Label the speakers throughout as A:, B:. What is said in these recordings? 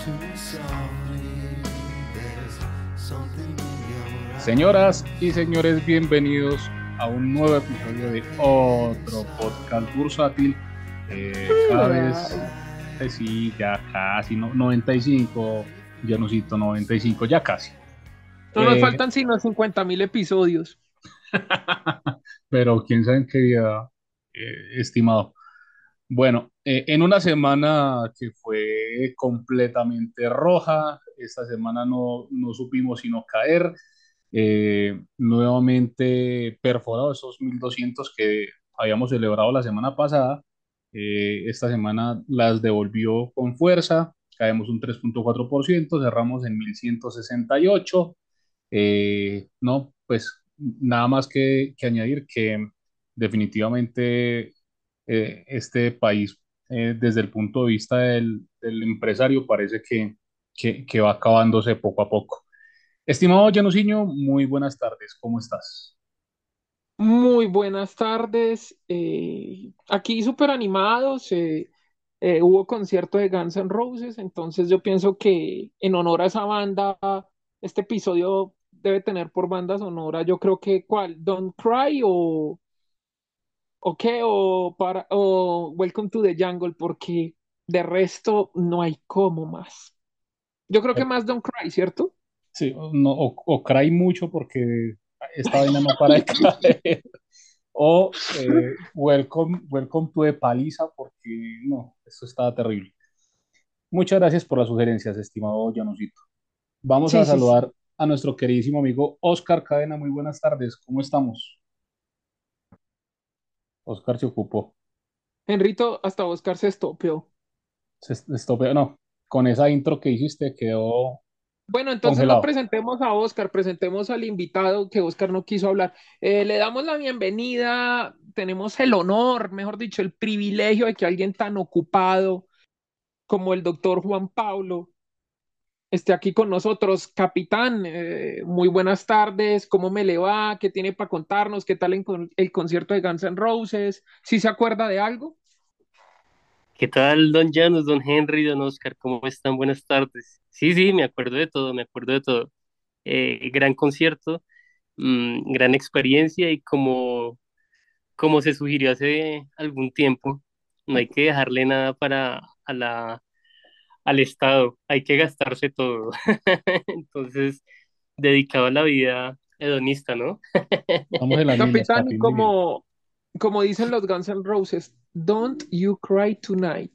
A: Señoras y señores, bienvenidos a un nuevo episodio de otro podcast bursátil. Cada vez, sí, ya casi, 95, Janusito, 95, ya casi.
B: No nos
A: Eh,
B: faltan sino 50.000 episodios.
A: pero quién sabe en qué día, estimado. Bueno, en una semana que fue completamente roja, esta semana no supimos sino caer, nuevamente perforado esos 1200 que habíamos celebrado la semana pasada. Esta semana las devolvió con fuerza, caemos un 3,4%, cerramos en 1168. No, pues nada más que añadir que definitivamente este país, desde el punto de vista del empresario, parece que va acabándose poco a poco. Estimado Januciño, muy buenas tardes, ¿cómo estás?
B: Muy buenas tardes. Aquí súper animados. Hubo concierto de Guns N' Roses, entonces yo pienso que en honor a esa banda, este episodio debe tener por banda sonora, yo creo que ¿cuál? Don't Cry o qué, o Welcome to the Jungle, porque de resto no hay como más. Yo creo que más Don't Cry, ¿cierto?
A: Sí, no, o cray mucho porque esta vaina no para de caer, o welcome to the paliza porque no, esto está terrible. Muchas gracias por las sugerencias, estimado Janucito. Vamos a
B: Sí, sí, sí.
A: saludar a nuestro queridísimo amigo Oscar Cadena. Muy buenas tardes, ¿cómo estamos? Oscar se ocupó.
B: Henrito, hasta Oscar se estopeó.
A: Se estopeó, no, con esa intro que hiciste quedó
B: Bueno, entonces no
A: congelado.
B: presentemos a Oscar, presentemos al invitado que Oscar no quiso hablar. Le damos la bienvenida, tenemos el honor, mejor dicho, el privilegio de que alguien tan ocupado como el doctor Juan Pablo esté aquí con nosotros. Capitán, muy buenas tardes, ¿cómo me le va? ¿Qué tiene para contarnos? ¿Qué tal el concierto de Guns N' Roses? ¿Sí se acuerda de algo?
C: ¿Qué tal, don Janus, don Henry, don Oscar? ¿Cómo están? Buenas tardes. Sí, sí, me acuerdo de todo, me acuerdo de todo. Gran concierto, gran experiencia y como se sugirió hace algún tiempo, no hay que dejarle nada al Estado, hay que gastarse todo. Entonces, dedicado a la vida hedonista, ¿no?
A: Estamos en las mismas,
B: Capitán, y
A: papi, muy bien.
B: como dicen los Guns N' Roses, Don't you cry tonight.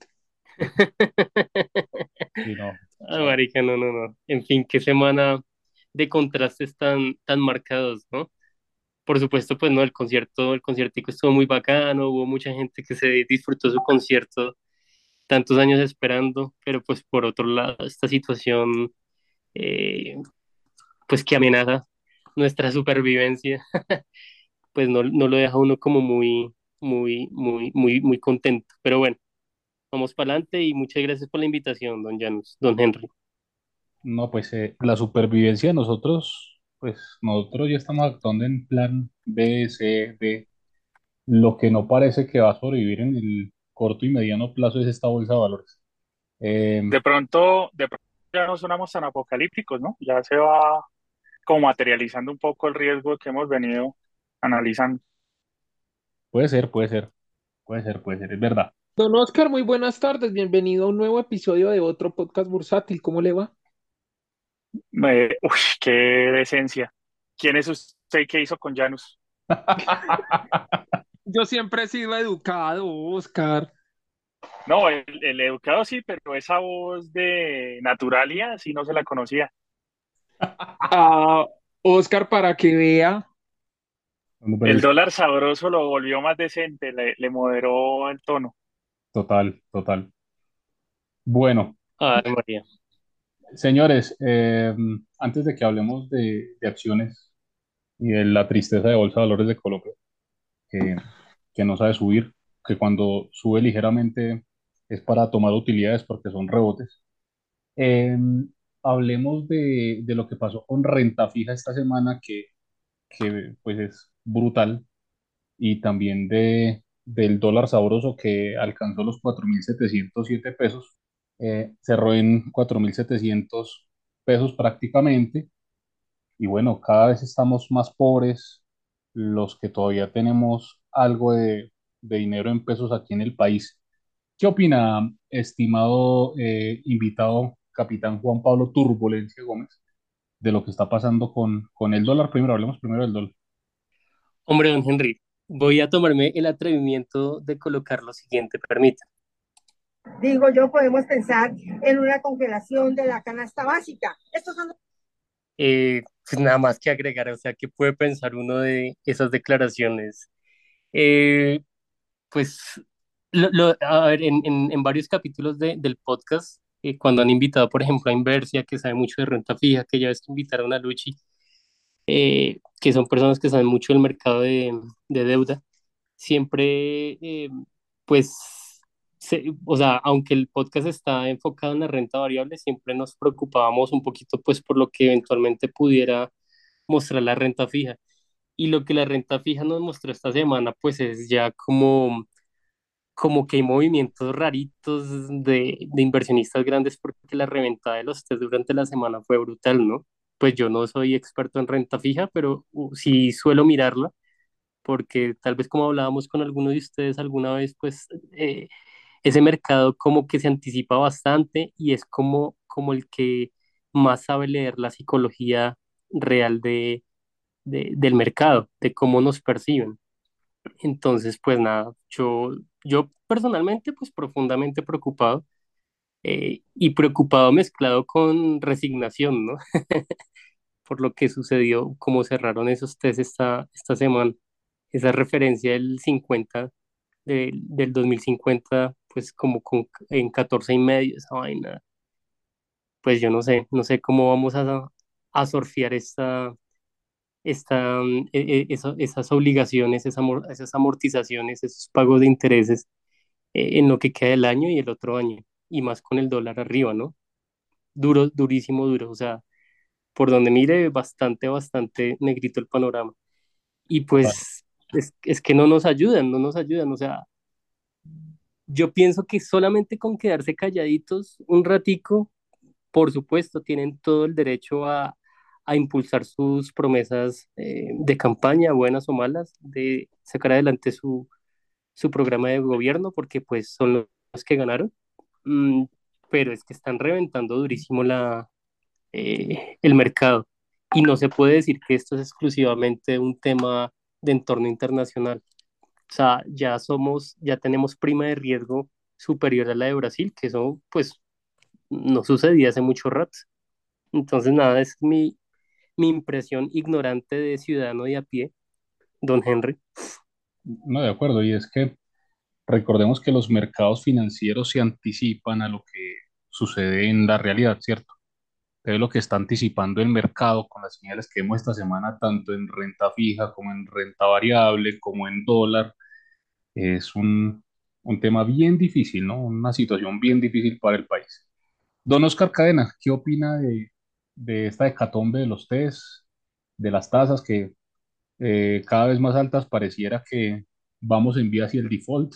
A: Sí, no,
C: Ah, marica, no, no, no. En fin, qué semana de contrastes tan marcados, ¿no? Por supuesto, pues no, el conciertico estuvo muy bacano, hubo mucha gente que se disfrutó su concierto, tantos años esperando, pero pues por otro lado, esta situación, eh, pues que amenaza nuestra supervivencia, pues no lo deja uno como muy contento. Pero bueno, vamos para adelante y muchas gracias por la invitación, don Janus, don Henry.
A: no, pues la supervivencia de nosotros, pues nosotros ya estamos actuando en plan B, C, D. Lo que no parece que va a sobrevivir en el corto y mediano plazo es esta bolsa de valores. Eh,
D: De pronto ya no sonamos tan apocalípticos, ¿no? Ya se va como materializando un poco el riesgo que hemos venido analizando.
A: puede ser, puede ser, puede ser, es verdad.
B: Don Oscar, muy buenas tardes. Bienvenido a un nuevo episodio de otro podcast bursátil. ¿Cómo le va?
D: Uy, qué decencia. ¿Quién es usted y qué hizo con Janus?
B: Yo siempre he sido educado, Oscar.
D: No, el educado sí, pero esa voz de Naturalia sí no se la conocía.
B: Ah, Oscar, para que vea.
A: No, pero
D: El dólar sabroso lo volvió más decente, le moderó el tono.
A: total, total. Bueno,
C: Ay, María.
A: señores, antes de que hablemos de acciones y de la tristeza de Bolsa de Valores de Colombia, que, que no sabe subir, que cuando sube ligeramente es para tomar utilidades porque son rebotes. Eh, Hablemos de lo que pasó con renta fija esta semana, que pues es brutal, y también del dólar sabroso que alcanzó los 4.707 pesos. cerró en 4.700 pesos prácticamente. Y bueno, cada vez estamos más pobres los que todavía tenemos algo de dinero en pesos aquí en el país. ¿Qué opina, estimado invitado capitán Juan Pablo Turbulencia Gómez, de lo que está pasando con el dólar? Primero, hablemos primero del dólar.
C: Hombre, don Henry, voy a tomarme el atrevimiento de colocar lo siguiente, permita.
E: Digo yo, podemos pensar en una congelación de la canasta básica. Estos son...
C: Pues nada más que agregar, o sea, ¿qué puede pensar uno de esas declaraciones? Eh, pues, a ver, en varios capítulos del podcast, cuando han invitado, por ejemplo, a Inversia, que sabe mucho de renta fija, que ya ves que invitaron a Luchi, que son personas que saben mucho del mercado de deuda, siempre, pues, o sea, aunque el podcast está enfocado en la renta variable, siempre nos preocupábamos un poquito, pues, por lo que eventualmente pudiera mostrar la renta fija. Y lo que la renta fija nos mostró esta semana, pues, es ya como que hay movimientos raritos de inversionistas grandes porque la reventa de los test durante la semana fue brutal, ¿no? Pues yo no soy experto en renta fija, pero sí suelo mirarla porque tal vez como hablábamos con alguno de ustedes alguna vez, pues ese mercado como que se anticipa bastante y es como el que más sabe leer la psicología real del mercado, de cómo nos perciben. Entonces, pues nada, yo personalmente, pues profundamente preocupado y preocupado mezclado con resignación, ¿no? Por lo que sucedió, cómo cerraron esos test esta semana. Esa referencia del 50, del 2050, pues como en 14 y medio, esa vaina. Pues yo no sé cómo vamos a surfear esas obligaciones, esas amortizaciones, esos pagos de intereses en lo que queda del año y el otro año, y más con el dólar arriba, ¿no? Duro, durísimo, duro, o sea, por donde mire, bastante, bastante negrito el panorama. Y pues es que no nos ayudan, o sea, yo pienso que solamente con quedarse calladitos un ratico, por supuesto, tienen todo el derecho a impulsar sus promesas de campaña, buenas o malas, de sacar adelante su programa de gobierno, porque pues son los que ganaron. Mm, pero es que están reventando durísimo el mercado. Y no se puede decir que esto es exclusivamente un tema de entorno internacional. O sea, ya tenemos prima de riesgo superior a la de Brasil, que eso pues no sucedía hace mucho rato. Entonces, nada, es mi impresión ignorante de ciudadano de a pie, don Henry.
A: No, de acuerdo, y es que recordemos que los mercados financieros se anticipan a lo que sucede en la realidad, ¿cierto? Entonces, lo que está anticipando el mercado con las señales que vemos esta semana, tanto en renta fija como en renta variable, como en dólar, es un tema bien difícil, ¿no? Una situación bien difícil para el país. Don Oscar Cadena, ¿qué opina de esta hecatombe de los test, de las tasas que cada vez más altas, pareciera que vamos en vía hacia el default,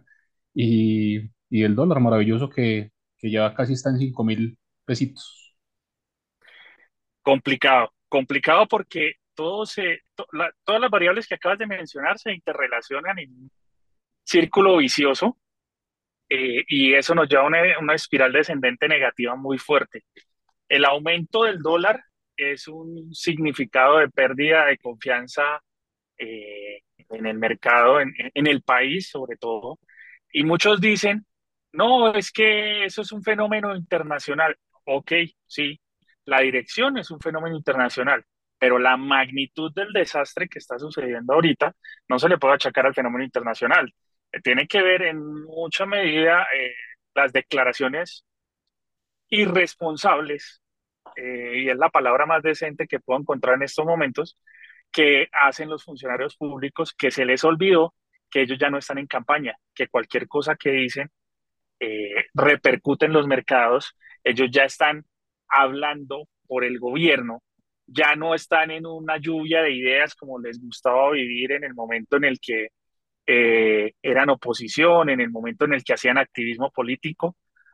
A: y el dólar maravilloso que ya casi está en 5.000 pesitos?
D: Complicado, complicado porque todas las variables que acabas de mencionar se interrelacionan en un círculo vicioso, y eso nos lleva a una espiral descendente negativa muy fuerte. El aumento del dólar es un significado de pérdida de confianza en el mercado, en el país sobre todo. Y muchos dicen, no, es que eso es un fenómeno internacional. Ok, sí, la dirección es un fenómeno internacional, pero la magnitud del desastre que está sucediendo ahorita no se le puede achacar al fenómeno internacional. Tiene que ver en mucha medida las declaraciones irresponsables, y es la palabra más decente que puedo encontrar en estos momentos, que hacen los funcionarios públicos, que se les olvidó que ellos ya no están en campaña, que cualquier cosa que dicen repercute en los mercados, ellos ya están hablando por el gobierno, ya no están en una lluvia de ideas como les gustaba vivir en el momento en el que eran oposición, en el momento en el que hacían activismo político.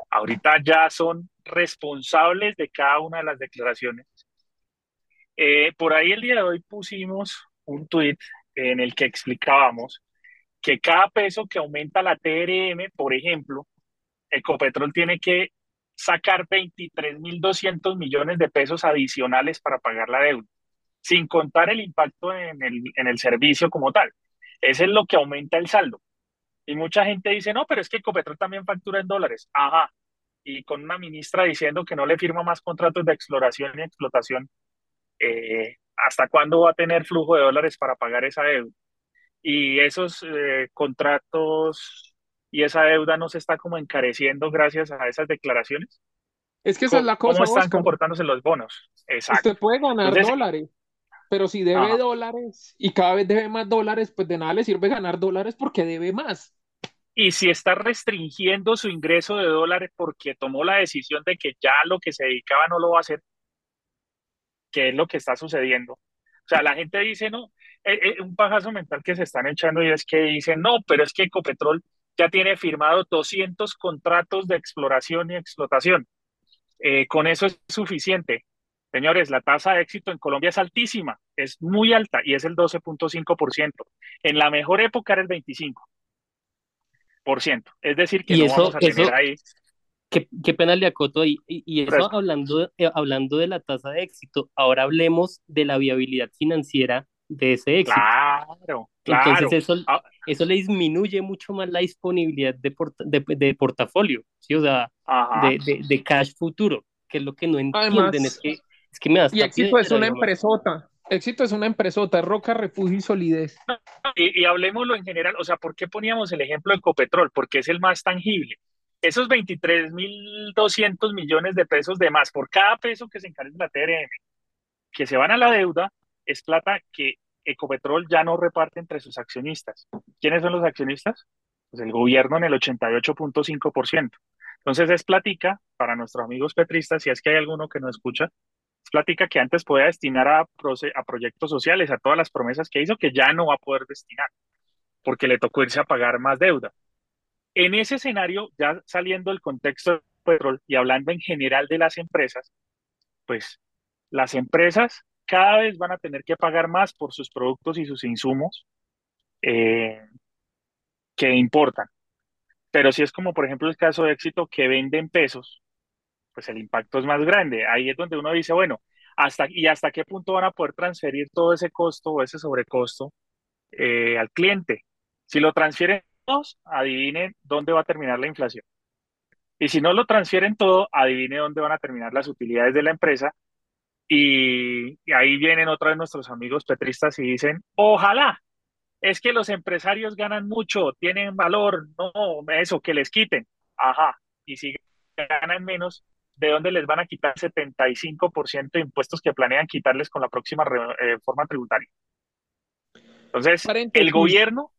D: Ahorita ya son responsables de cada una de las declaraciones. Por ahí el día de hoy pusimos un tuit en el que explicábamos que cada peso que aumenta la TRM, por ejemplo, Ecopetrol tiene que sacar 23.200 millones de pesos adicionales para pagar la deuda, sin contar el impacto en el servicio como tal. Ese es lo que aumenta el saldo. Y mucha gente dice, no, pero es que Ecopetrol también factura en dólares. Ajá. Y con una ministra diciendo que no le firma más contratos de exploración y explotación, ¿hasta cuándo va a tener flujo de dólares para pagar esa deuda? Y esos contratos y esa deuda no se está como encareciendo gracias a esas declaraciones.
B: Es que esa es la
D: ¿Cómo
B: cosa,
D: están
B: Oscar.
D: comportándose los bonos?
B: Usted
D: Exacto.
B: puede ganar
D: Entonces,
B: dólares, pero si debe
D: ajá.
B: dólares y cada vez debe más dólares, pues de nada le sirve ganar dólares porque debe más.
D: Y si está restringiendo su ingreso de dólares porque tomó la decisión de que ya lo que se dedicaba no lo va a hacer, ¿qué es lo que está sucediendo? O sea, la gente dice, no, un pajazo mental que se están echando y es que dicen, no, pero es que Ecopetrol ya tiene firmado 200 contratos de exploración y explotación. Con eso es suficiente. Señores, la tasa de éxito en Colombia es altísima, es muy alta y es el 12.5%. En la mejor época era el 25%. Es decir, que
C: Y
D: no vamos
C: eso,
D: a tener
C: eso,
D: ahí
C: qué pena le acoto ahí. Y eso
D: fresco.
C: hablando de la tasa de éxito, ahora hablemos de la viabilidad financiera de ese éxito.
D: Claro,
C: Entonces
D: claro. Ah,
C: eso le disminuye mucho más la disponibilidad de portafolio, ¿sí? O sea,
D: ajá.
C: de cash futuro, que es lo que no entienden,
B: Además,
C: es que me da
B: y
C: esta
B: Éxito es
C: piedra,
B: una
C: digamos.
B: empresota. Éxito es una empresota, es roca, refugio y solidez.
D: Y hablemoslo en general, o sea, ¿por qué poníamos el ejemplo de Ecopetrol? Porque es el más tangible. Esos 23.200 millones de pesos de más por cada peso que se encargue la TRM, que se van a la deuda, es plata que Ecopetrol ya no reparte entre sus accionistas. ¿Quiénes son los accionistas? Pues el gobierno en el 88.5%. Entonces es platica para nuestros amigos petristas, si es que hay alguno que nos escucha, es platica que antes podía destinar a proyectos sociales, a todas las promesas que hizo, que ya no va a poder destinar, porque le tocó irse a pagar más deuda. En ese escenario, ya saliendo del contexto del petróleo y hablando en general de las empresas, pues las empresas cada vez van a tener que pagar más por sus productos y sus insumos eh, que importan. Pero si es como, por ejemplo, el caso de Éxito que venden pesos, pues el impacto es más grande. Ahí es donde uno dice, bueno, hasta qué punto van a poder transferir todo ese costo o ese sobrecosto al cliente. Si lo transfieren todos, adivinen dónde va a terminar la inflación. Y si no lo transfieren todo, adivine dónde van a terminar las utilidades de la empresa. Y ahí vienen otra vez nuestros amigos petristas y dicen, ojalá, es que los empresarios ganan mucho, tienen valor, no, eso, que les quiten. Ajá, y si ganan menos, ¿de dónde les van a quitar 75% de impuestos que planean quitarles con la próxima reforma tributaria? Entonces, el
B: Paréntesis,
D: gobierno,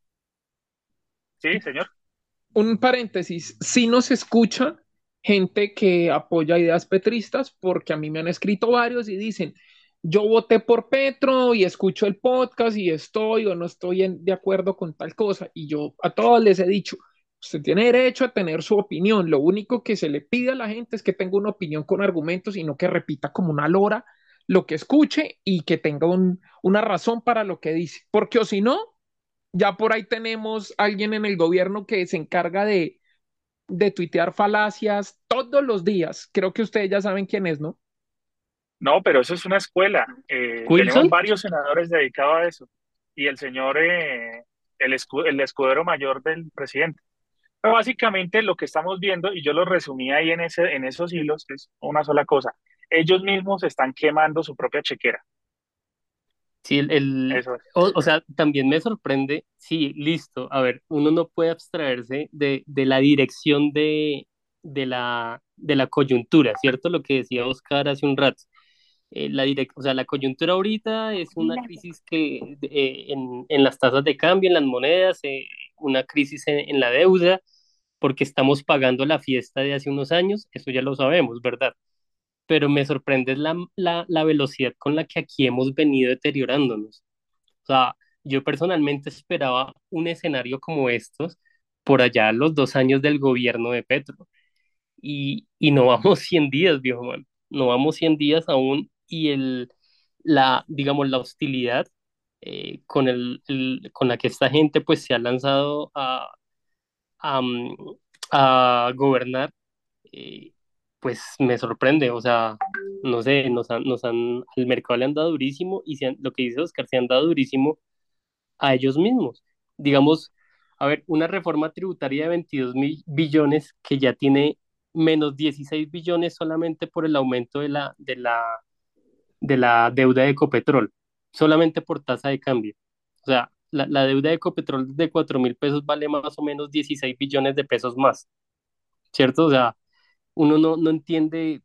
D: sí, señor.
B: un paréntesis, si nos escucha gente que apoya ideas petristas, porque a mí me han escrito varios y dicen, yo voté por Petro y escucho el podcast y estoy o no estoy de acuerdo con tal cosa. Y yo a todos les he dicho, usted tiene derecho a tener su opinión. Lo único que se le pide a la gente es que tenga una opinión con argumentos y no que repita como una lora lo que escuche y que tenga una razón para lo que dice. Porque o si no, ya por ahí tenemos alguien en el gobierno que se encarga de tuitear falacias todos los días. Creo que ustedes ya saben quién es, ¿no?
D: No, pero eso es una escuela. Tenemos
C: Wilson,
D: varios senadores dedicados a eso. Y el señor, el escudero mayor del presidente. Pero básicamente lo que estamos viendo, y yo lo resumí ahí en esos hilos, es una sola cosa. Ellos mismos están quemando su propia chequera.
C: sí,
D: Eso es.
C: o sea, también me sorprende, sí, listo, a ver, uno no puede abstraerse de la dirección de la coyuntura, ¿cierto? Lo que decía Oscar hace un rato. O sea, la coyuntura ahorita es una crisis que en las tasas de cambio, en las monedas, una crisis en la deuda, porque estamos pagando la fiesta de hace unos años, eso ya lo sabemos, ¿verdad? Pero me sorprende la velocidad con la que aquí hemos venido deteriorándonos. O sea, yo personalmente esperaba un escenario como estos por allá los 2 años del gobierno de Petro. y no vamos 100 días, viejo man, no vamos 100 días aún y digamos, la hostilidad con la que esta gente pues se ha lanzado a, mm, a gobernar, eh, pues me sorprende, o sea, no sé, al mercado le han dado durísimo y lo que dice Oscar, se han dado durísimo a ellos mismos. Digamos, a ver, una reforma tributaria de 22.000 billones que ya tiene menos 16 billones solamente por el aumento de la deuda de Ecopetrol, solamente por tasa de cambio. O sea, la deuda de Ecopetrol de 4.000 pesos vale más o menos 16 billones de pesos más, ¿cierto? O sea, uno no entiende,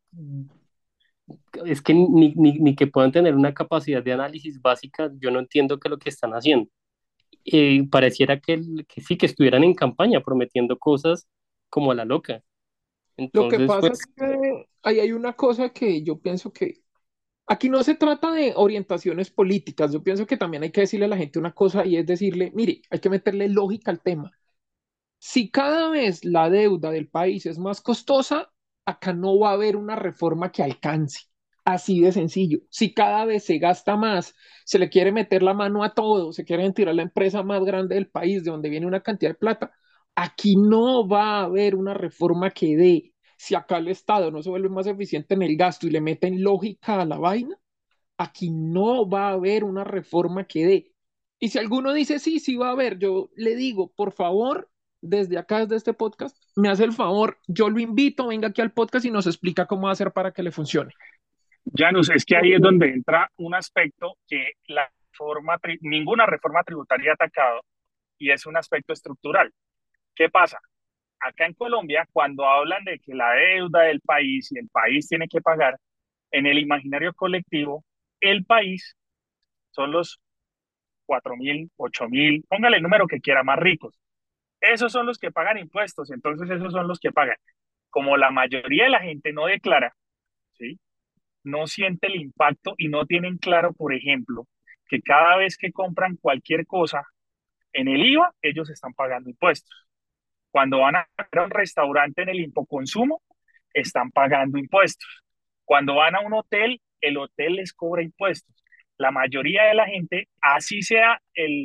C: es que ni que puedan tener una capacidad de análisis básica, yo no entiendo qué es lo que están haciendo. Pareciera que sí, que estuvieran en campaña prometiendo cosas como a la loca.
B: Lo que
C: Entonces,
B: pasa es
C: pues,
B: que ahí hay una cosa que yo pienso que aquí no se trata de orientaciones políticas, yo pienso que también hay que decirle a la gente una cosa y es decirle, mire, hay que meterle lógica al tema. Si cada vez la deuda del país es más costosa, acá no va a haber una reforma que alcance. Así de sencillo. Si cada vez se gasta más, se le quiere meter la mano a todo, se quiere tirar la empresa más grande del país, de donde viene una cantidad de plata, aquí no va a haber una reforma que dé. Si acá el Estado no se vuelve más eficiente en el gasto y le meten lógica a la vaina, aquí no va a haber una reforma que dé. Y si alguno dice sí, sí va a haber, yo le digo, por favor, desde acá, desde este podcast, me hace el favor, yo lo invito, venga aquí al podcast y nos explica cómo va a hacer para que le funcione.
D: Janus, es que ahí es donde entra un aspecto que ninguna reforma tributaria ha atacado y es un aspecto estructural. ¿Qué pasa? Acá en Colombia, cuando hablan de que la deuda del país y el país tiene que pagar, en el imaginario colectivo, el país son los 4.000, 8.000, póngale el número que quiera, más ricos. Esos son los que pagan impuestos, entonces esos son los que pagan. Como la mayoría de la gente no declara, ¿sí? No siente el impacto y no tienen claro, por ejemplo, que cada vez que compran cualquier cosa en el IVA, ellos están pagando impuestos. Cuando van a un restaurante en el Impoconsumo, están pagando impuestos. Cuando van a un hotel, el hotel les cobra impuestos. La mayoría de la gente, así sea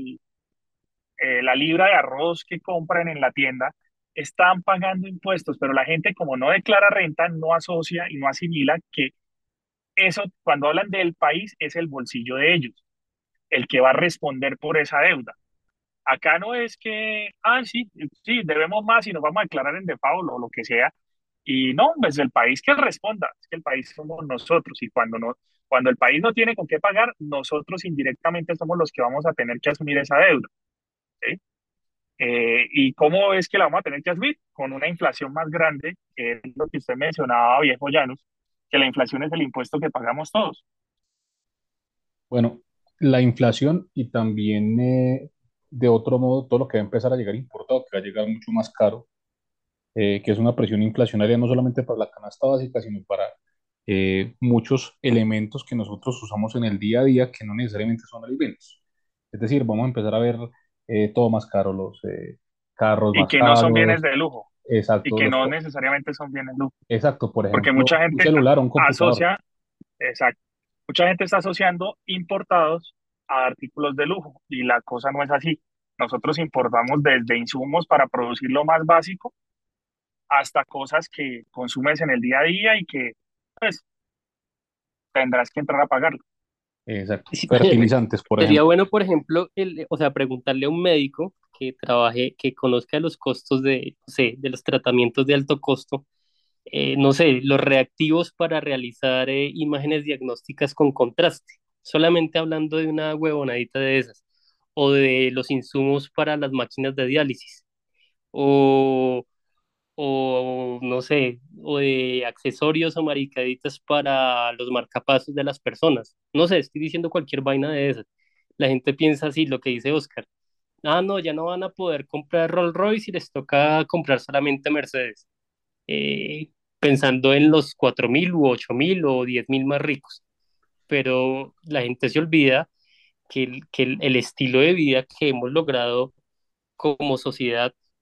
D: la libra de arroz que compran en la tienda, están pagando impuestos, pero la gente como no declara renta, no asocia y no asimila que eso, cuando hablan del país, es el bolsillo de ellos, el que va a responder por esa deuda. Acá no es que, sí, sí, debemos más y nos vamos a declarar en default o lo que sea. Y no, pues el país que responda, es que el país somos nosotros y cuando el país no tiene con qué pagar, nosotros indirectamente somos los que vamos a tener que asumir esa deuda. ¿Sí? ¿Y cómo es que la vamos a tener que asumir? Con una inflación más grande, que es lo que usted mencionaba, viejo Llanos, que la inflación es el impuesto que pagamos todos.
A: Bueno, la inflación y también de otro modo todo lo que va a empezar a llegar importado, que va a llegar mucho más caro, que es una presión inflacionaria no solamente para la canasta básica, sino para muchos elementos que nosotros usamos en el día a día que no necesariamente son alimentos. Es decir, vamos a empezar a ver todo más caro, los carros
D: Y
A: más
D: que no son bienes
A: caros,
D: de lujo, y
A: exacto,
D: que no necesariamente son bienes de lujo,
A: exacto, por
D: porque
A: ejemplo,
D: mucha
A: un
D: gente
A: celular o un computador.
D: asocia, exacto, mucha gente está asociando importados a artículos de lujo y la cosa no es así. Nosotros importamos desde insumos para producir lo más básico hasta cosas que consumes en el día a día y que pues tendrás que entrar a pagarlo.
A: Exacto.
C: sí,
A: Fertilizantes, por
C: sería
A: ejemplo.
C: bueno, por ejemplo, o sea, preguntarle a un médico que trabaje, que conozca los costos no sé, de los tratamientos de alto costo, no sé, los reactivos para realizar imágenes diagnósticas con contraste, solamente hablando de una huevonadita de esas, o de los insumos para las máquinas de diálisis, o, o no sé, o de accesorios o maricaditas para los marcapasos de las personas. No sé, estoy diciendo cualquier vaina de esas. La gente piensa así, lo que dice Oscar. Ah, no, ya no van a poder comprar Rolls Royce y les toca comprar solamente Mercedes, pensando en los 4.000 u 8.000 o 10.000 más ricos. Pero la gente se olvida que el estilo de vida que hemos logrado como sociedad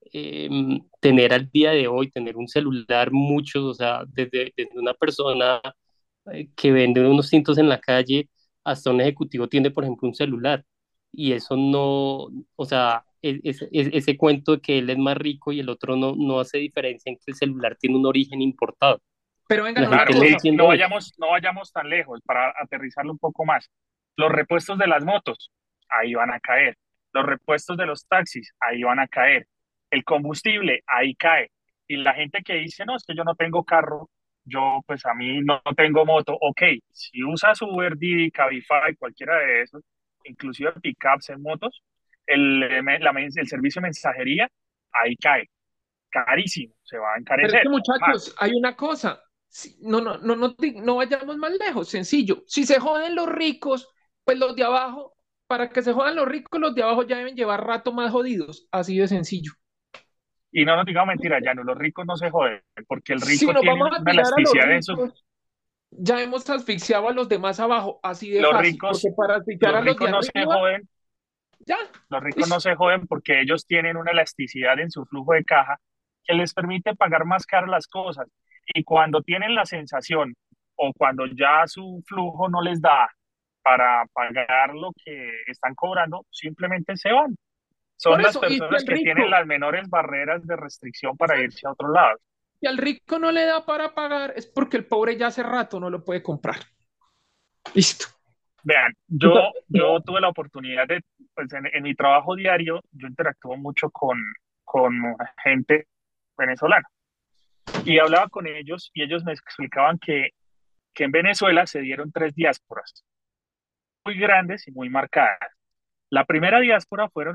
C: tener al día de hoy, tener un celular, muchos, o sea, desde una persona que vende unos tintos en la calle hasta un ejecutivo tiene, por ejemplo, un celular. Y eso no, o sea, ese cuento de que él es más rico y el otro no, no hace diferencia en que el celular tiene un origen importado.
B: Pero vengan,
C: La
B: una
C: gente
D: Claro,
C: no
B: cosa.
D: no
C: entiende eso.
D: vayamos, no vayamos tan lejos para aterrizarlo un poco más. Los repuestos de las motos, ahí van a caer. Los repuestos de los taxis, ahí van a caer. El combustible, ahí cae. Y la gente que dice, no, es que yo no tengo carro, yo pues a mí no tengo moto. Ok, si usas Uber, Didi, Cabify, cualquiera de esos, inclusive pickups en motos, el servicio de mensajería, ahí cae. Carísimo, se va a
B: Pero es que
D: encarecer más.
B: muchachos, hay una cosa. No vayamos más lejos. Sencillo. Si se joden los ricos, pues los de abajo, para que se jodan los ricos, los de abajo ya deben llevar rato más jodidos. Así de sencillo.
D: Y no nos digamos mentiras, ya no, los ricos no se joden, porque el
B: Si
D: rico
B: nos
D: tiene
B: vamos a
D: una
B: tirar a los
D: elasticidad en su...
B: ricos, ya hemos asfixiado a los demás abajo. Así de
D: Los
B: fácil. Porque
D: ricos,
B: para asfixiar
D: los
B: a los de
D: ricos no se
B: arriba,
D: joden,
B: ya.
D: los ricos no
B: Listo.
D: se joden porque ellos tienen una elasticidad en su flujo de caja que les permite pagar más caro las cosas. Y cuando tienen la sensación o cuando ya su flujo no les da para pagar lo que están cobrando, simplemente se van.
B: Por
D: Son las
B: eso, y si
D: personas
B: al
D: que tienen
B: rico,
D: las menores barreras de restricción para irse a otro lado.
B: si al rico no le da para pagar, es porque el pobre ya hace rato no lo puede comprar. Listo.
D: Vean, yo tuve la oportunidad de, pues en mi trabajo diario, yo interactúo mucho con gente venezolana y hablaba con ellos y ellos me explicaban que en Venezuela se dieron tres diásporas muy grandes y muy marcadas. La primera diáspora fueron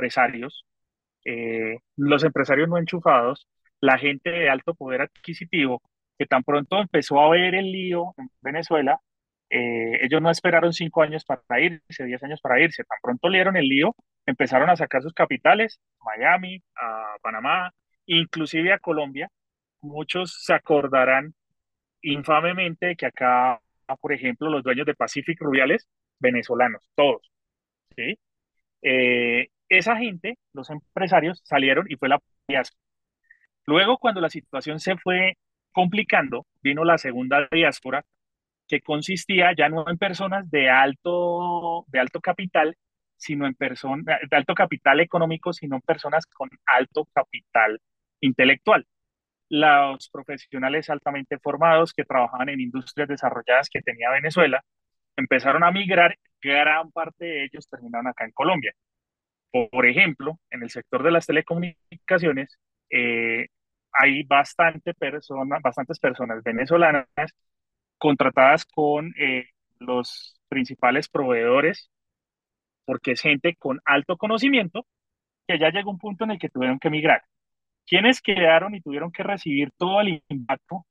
D: los empresarios no enchufados, la gente de alto poder adquisitivo, que tan pronto empezó a ver el lío en Venezuela, ellos no esperaron 5 años para irse, 10 años para irse, tan pronto leyeron el lío, empezaron a sacar sus capitales, Miami, a Panamá, inclusive a Colombia. Muchos se acordarán infamemente de que acá, por ejemplo, los dueños de Pacific Rubiales, venezolanos, todos, ¿sí? Esa gente, los empresarios, salieron y fue la diáspora. Luego, cuando la situación se fue complicando, vino la segunda diáspora, que consistía ya no en personas de alto capital, sino en personas de alto capital económico, sino en personas con alto capital intelectual. Los profesionales altamente formados que trabajaban en industrias desarrolladas que tenía Venezuela empezaron a migrar, gran parte de ellos terminaron acá en Colombia. Por ejemplo, en el sector de las telecomunicaciones, eh, hay bastantes personas venezolanas contratadas con los principales proveedores, porque es gente con alto conocimiento que ya llegó un punto en el que tuvieron que migrar. ¿Quiénes quedaron y tuvieron que recibir todo el impacto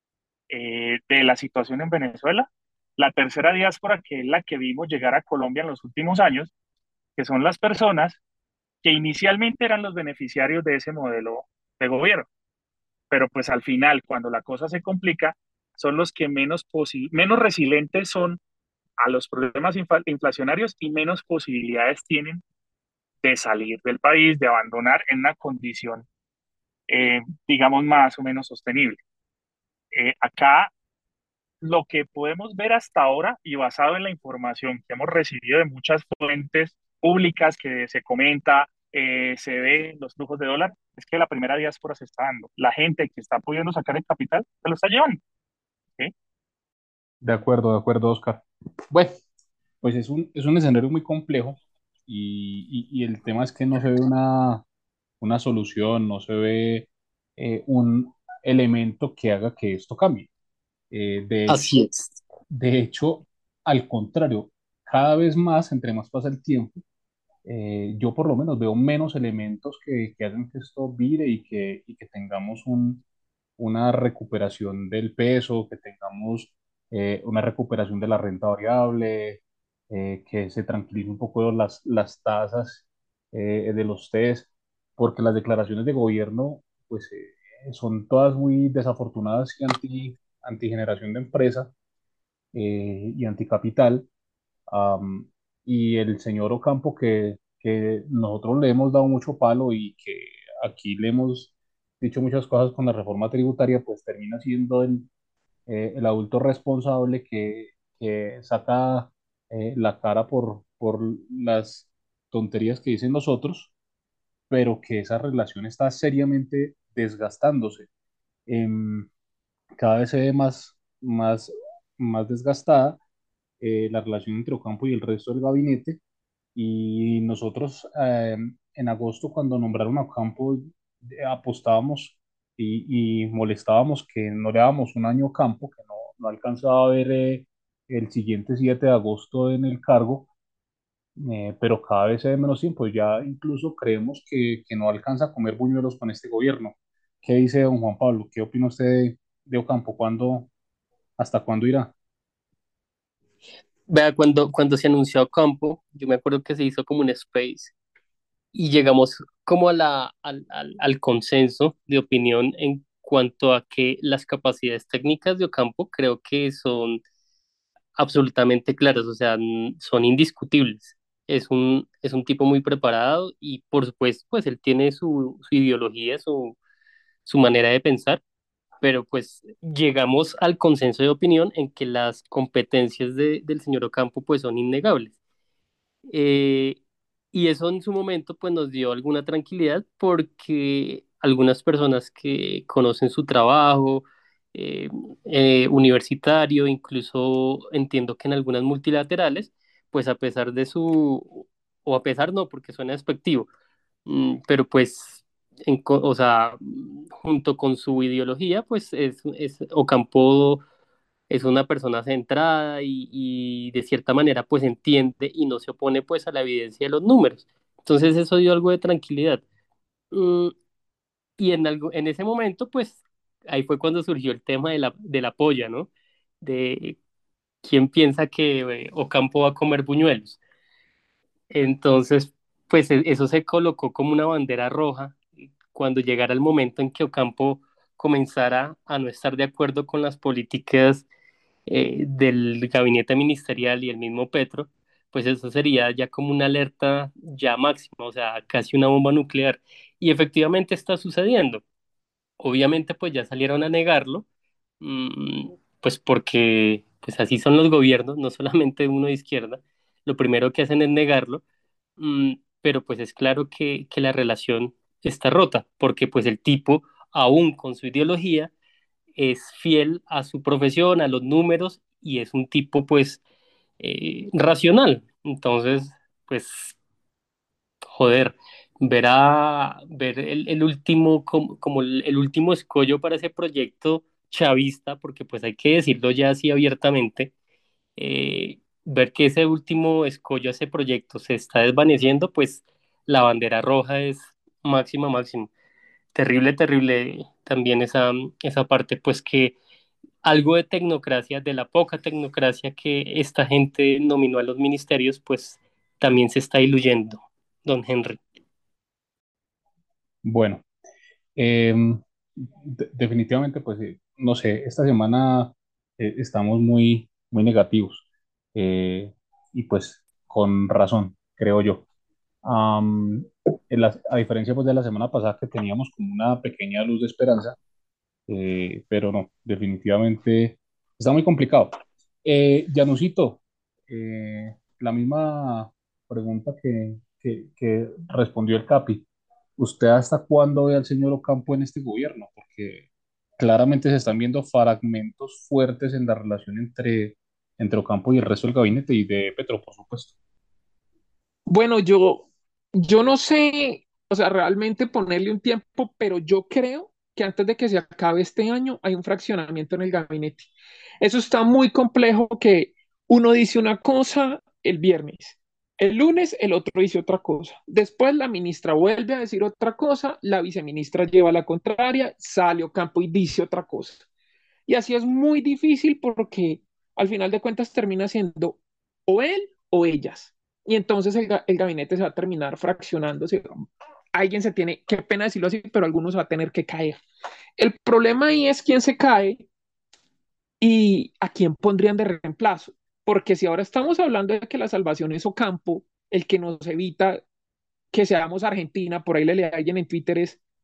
D: de la situación en Venezuela? La tercera diáspora, que es la que vimos llegar a Colombia en los últimos años, que son las personas que inicialmente eran los beneficiarios de ese modelo de gobierno, pero pues al final, cuando la cosa se complica, son los que menos resilientes son a los problemas inflacionarios y menos posibilidades tienen de salir del país, de abandonar en una condición, digamos, más o menos sostenible. Acá lo que podemos ver hasta ahora y basado en la información que hemos recibido de muchas fuentes públicas que se comenta, se ve los flujos de dólar, es que la primera diáspora se está dando. La gente que está pudiendo sacar el capital se lo está llevando. ¿Sí?
A: De acuerdo, Oscar. Bueno, pues es un escenario muy complejo y el tema es que no se ve una solución, no se ve un elemento que haga que esto cambie.
C: Así es.
A: De hecho, al contrario, cada vez más, entre más pasa el tiempo, yo por lo menos veo menos elementos que hacen que esto vire y que tengamos una recuperación del peso, que tengamos una recuperación de la renta variable, que se tranquilicen un poco las tasas de los test, porque las declaraciones de gobierno pues, son todas muy desafortunadas y antigeneración de empresa y anticapital. Am, y el señor Ocampo, que nosotros le hemos dado mucho palo y que aquí le hemos dicho muchas cosas con la reforma tributaria, pues termina siendo el adulto responsable que saca la cara por las tonterías que dicen los otros, pero que esa relación está seriamente desgastándose. Em, Cada vez se ve más desgastada la relación entre Ocampo y el resto del gabinete. Y nosotros en agosto, cuando nombraron a Ocampo, apostábamos y molestábamos que no le dábamos un año a Ocampo, que no alcanzaba a ver el siguiente 7 de agosto en el cargo, pero cada vez se ve menos tiempo. Ya incluso creemos que no alcanza a comer buñuelos con este gobierno. ¿Qué dice don Juan Pablo? ¿Qué opina usted de Ocampo? ¿Hasta cuándo irá?
C: Vea, cuando se anunció Campo, yo me acuerdo que se hizo como un space y llegamos como al consenso de opinión en cuanto a que las capacidades técnicas de Ocampo creo que son absolutamente claras, o sea, son indiscutibles. Es un tipo muy preparado y por supuesto, pues él tiene su ideología, su manera de pensar, pero pues llegamos al consenso de opinión en que las competencias del señor Ocampo pues son innegables. Eh, y eso en su momento pues nos dio alguna tranquilidad porque algunas personas que conocen su trabajo eh, universitario, incluso entiendo que en algunas multilaterales, pues a pesar de o a pesar no, porque suena despectivo, pero pues, o sea, junto con su ideología, pues Ocampo es una persona centrada y de cierta manera pues entiende y no se opone pues a la evidencia de los números. Entonces eso dio algo de tranquilidad. Mm, y en ese momento pues ahí fue cuando surgió el tema de la polla, ¿no? De quién piensa que Ocampo va a comer buñuelos. Entonces pues eso se colocó como una bandera roja cuando llegara el momento en que Ocampo comenzara a no estar de acuerdo con las políticas del gabinete ministerial y el mismo Petro, pues eso sería ya como una alerta ya máxima, o sea, casi una bomba nuclear. Y efectivamente está sucediendo. Obviamente, pues ya salieron a negarlo, pues porque pues así son los gobiernos, no solamente uno de izquierda, lo primero que hacen es negarlo, pero pues es claro que la relación está rota, porque pues el tipo, aún con su ideología, es fiel a su profesión, a los números y es un tipo pues racional. Entonces, pues, joder, ver el último, como el último escollo para ese proyecto chavista, porque pues hay que decirlo ya así abiertamente, ver que ese último escollo a ese proyecto se está desvaneciendo, pues la bandera roja es máxima, máxima. Terrible, terrible también esa parte, pues que algo de tecnocracia, de la poca tecnocracia que esta gente nominó a los ministerios, pues también se está diluyendo, don Henry.
A: Bueno, definitivamente, pues no sé, esta semana estamos muy negativos y pues con razón, creo yo. A diferencia pues de la semana pasada que teníamos como una pequeña luz de esperanza, pero no, definitivamente está muy complicado. Janusito, la misma pregunta que respondió el Capi. ¿Usted hasta cuándo ve al señor Ocampo en este gobierno? Porque claramente se están viendo fragmentos fuertes en la relación entre Ocampo y el resto del gabinete y de Petro, por supuesto.
B: Bueno, yo no sé, o sea, realmente ponerle un tiempo, pero yo creo que antes de que se acabe este año hay un fraccionamiento en el gabinete. Eso está muy complejo que uno dice una cosa el viernes, el lunes el otro dice otra cosa, después la ministra vuelve a decir otra cosa, la viceministra lleva la contraria, sale Ocampo y dice otra cosa. Y así es muy difícil porque al final de cuentas termina siendo o él o ellas. Y entonces el gabinete se va a terminar fraccionándose. Alguien se tiene, qué pena decirlo así, pero algunos va a tener que caer. El problema ahí es quién se cae y a quién pondrían de reemplazo. Porque si ahora estamos hablando de que la salvación es Ocampo, el que nos evita que seamos Argentina, por ahí le leí a alguien en Twitter, es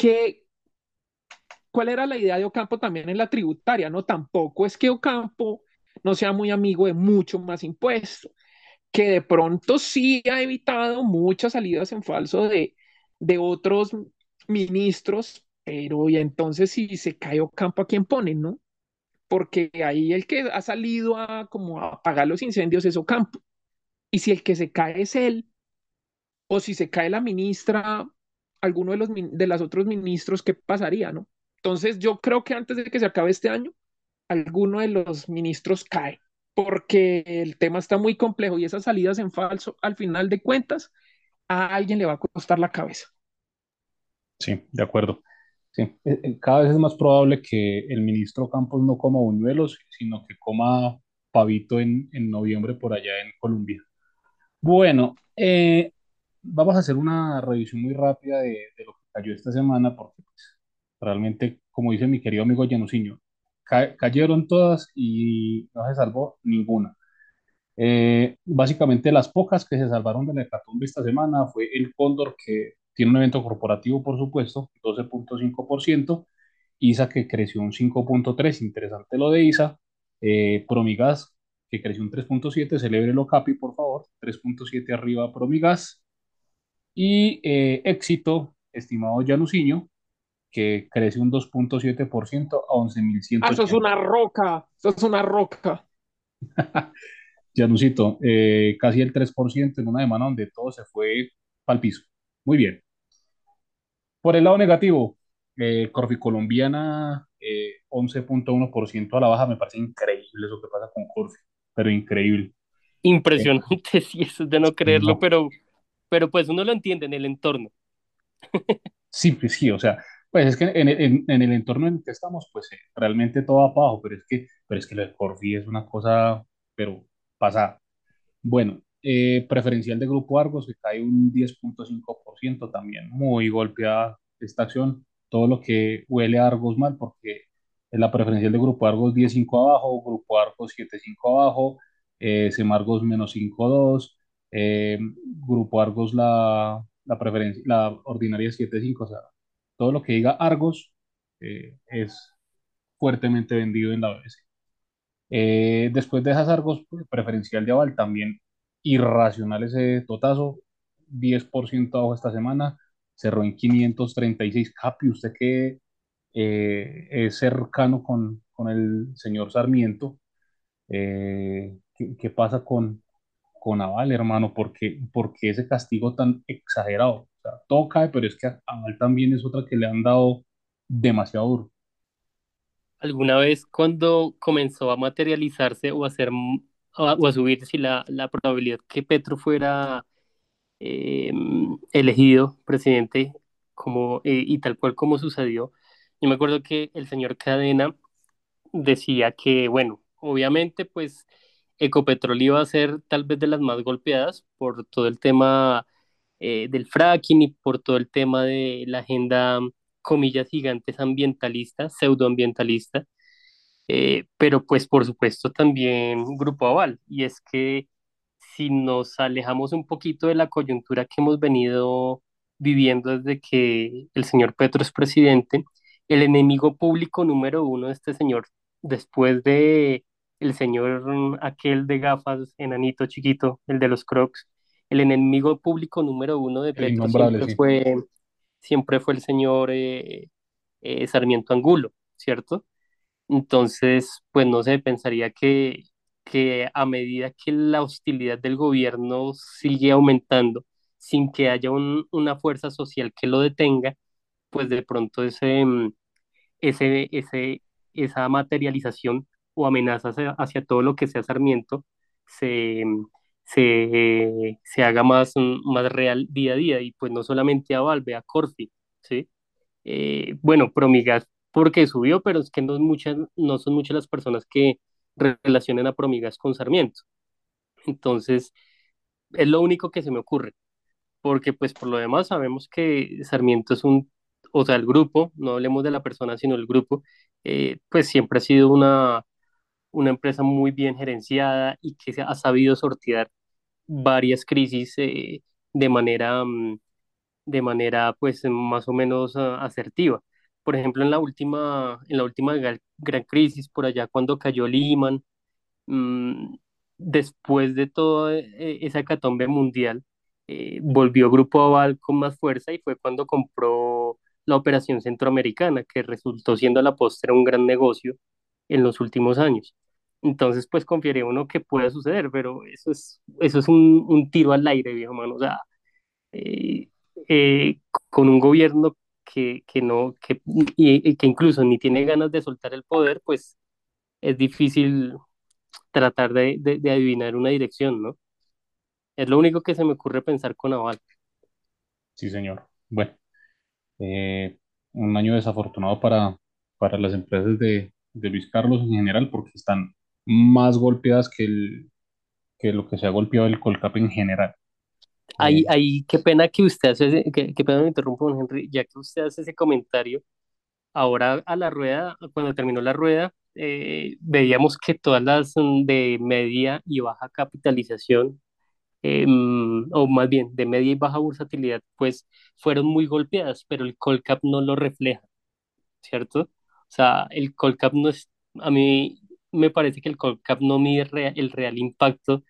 B: que, ¿cuál era la idea de Ocampo también en la tributaria? No, tampoco es que Ocampo no sea muy amigo de mucho más impuestos, que de pronto sí ha evitado muchas salidas en falso de otros ministros, pero y entonces si se cae Ocampo, ¿a quién ponen, no? Porque ahí el que ha salido a como a apagar los incendios es Ocampo. Y si el que se cae es él, o si se cae la ministra, alguno de de los otros ministros, ¿qué pasaría, no? Entonces yo creo que antes de que se acabe este año, alguno de los ministros cae, porque el tema está muy complejo y esas salidas en falso, al final de cuentas, a alguien le va a costar la cabeza.
A: Sí, de acuerdo. Sí, cada vez es más probable que el ministro Campos no coma buñuelos, sino que coma pavito en noviembre por allá en Colombia. Bueno, vamos a hacer una revisión muy rápida de lo que cayó esta semana, porque pues, realmente, como dice mi querido amigo Januciño, cayeron todas y no se salvó ninguna. Básicamente las pocas que se salvaron de la hecatombe esta semana fue el Cóndor, que tiene un evento corporativo, por supuesto, 12,5%, ISA que creció un 5,3%, interesante lo de ISA, Promigas que creció un 3,7%, celebre Capi, por favor, 3,7% arriba Promigas, y Éxito, estimado Januciño, que crece un 2,7% a
B: Ah, eso es
A: 11,180.
B: una roca, eso es una roca.
A: Janusito, casi el 3% en una semana donde todo se fue al piso. Muy bien. Por el lado negativo, Corfi Colombiana, 11,1% a la baja. Me parece increíble eso que pasa con Corfi, pero increíble. Eh,
C: Impresionante, sí, eso es de no creerlo,
A: no,
C: pero pues uno lo entiende en el entorno.
A: sí, pues sí, o sea, pues es que en el entorno en el que estamos, pues realmente todo va para abajo, pero es que lo de Corfi es una cosa, pero pasa. Bueno, preferencial de Grupo Argos que cae un 10,5% también, muy golpeada esta acción, todo lo que huele a Argos mal, porque en la preferencial de Grupo Argos 10,5 abajo, Grupo Argos 7,5 abajo, Semargos -5,2, Grupo Argos la preferencia, la ordinaria 7,5, o sea, todo lo que diga Argos es fuertemente vendido en la BBC. Después de esas Argos, pues, preferencial de Aval también irracional ese totazo, 10% abajo esta semana, cerró en 536. Capi, usted que es cercano con el señor Sarmiento, ¿qué pasa con Aval, hermano? ¿Por qué ese castigo tan exagerado? O sea, todo cae, pero es que a Aval también es otra que le han dado demasiado duro.
C: Alguna vez cuando comenzó a materializarse o a hacer o a subir si la probabilidad que Petro fuera eh, elegido presidente como, y tal cual como sucedió, yo me acuerdo que el señor Cadena decía que, bueno, obviamente pues Ecopetrol iba a ser tal vez de las más golpeadas por todo el tema del fracking y por todo el tema de la agenda, comillas gigantes, ambientalista, pseudoambientalista, pero pues por supuesto también Grupo Aval. Y es que si nos alejamos un poquito de la coyuntura que hemos venido viviendo desde que el señor Petro es presidente, el enemigo público número uno de este señor, después de el señor aquel de gafas, enanito chiquito, el de los Crocs, el enemigo público número uno de
A: El
C: Petro
A: innombrable, sí.
C: siempre fue el señor Sarmiento Angulo, ¿cierto? Entonces, pues no sé, pensaría que a medida que la hostilidad del gobierno sigue aumentando, sin que haya una fuerza social que lo detenga, pues de pronto ese, ese, esa materialización o amenaza hacia todo lo que sea Sarmiento se, se haga más real día a día y pues no solamente a Valve, a Corfi, ¿sí? Bueno, Promigas porque subió, pero es que no son muchas las personas que relacionen a Promigas con Sarmiento. Entonces, es lo único que se me ocurre, porque pues por lo demás sabemos que Sarmiento es o sea, el grupo, no hablemos de la persona, sino el grupo, pues siempre ha sido una empresa muy bien gerenciada y que se ha sabido sortear varias crisis de manera de manera pues más o menos asertiva. Por ejemplo, en la última gran crisis, por allá cuando cayó Lehman, mm, después de toda esa hecatombe mundial, volvió Grupo Aval con más fuerza y fue cuando compró la Operación Centroamericana, que resultó siendo a la postre un gran negocio en los últimos años. Entonces, pues confiere uno que pueda suceder, pero eso es un tiro al aire, viejo mano. O sea, eh, eh, con un gobierno que no, y que incluso ni tiene ganas de soltar el poder, pues es difícil tratar de adivinar una dirección, ¿no? Es lo único que se me ocurre pensar con Aval.
A: Sí, señor. Bueno, eh, un año desafortunado para las empresas de Luis Carlos en general porque están más golpeadas que lo que se ha golpeado el Colcap en general. Eh,
C: Qué pena que usted hace, qué pena me interrumpo, don Henry, ya que usted hace ese comentario, ahora a la rueda, cuando terminó la rueda, veíamos que todas las de media y baja capitalización, o más bien de media y baja bursatilidad, pues fueron muy golpeadas, pero el Colcap no lo refleja, ¿cierto? O sea, el Colcap no es, a mí me parece que el Colcap no mide el real impacto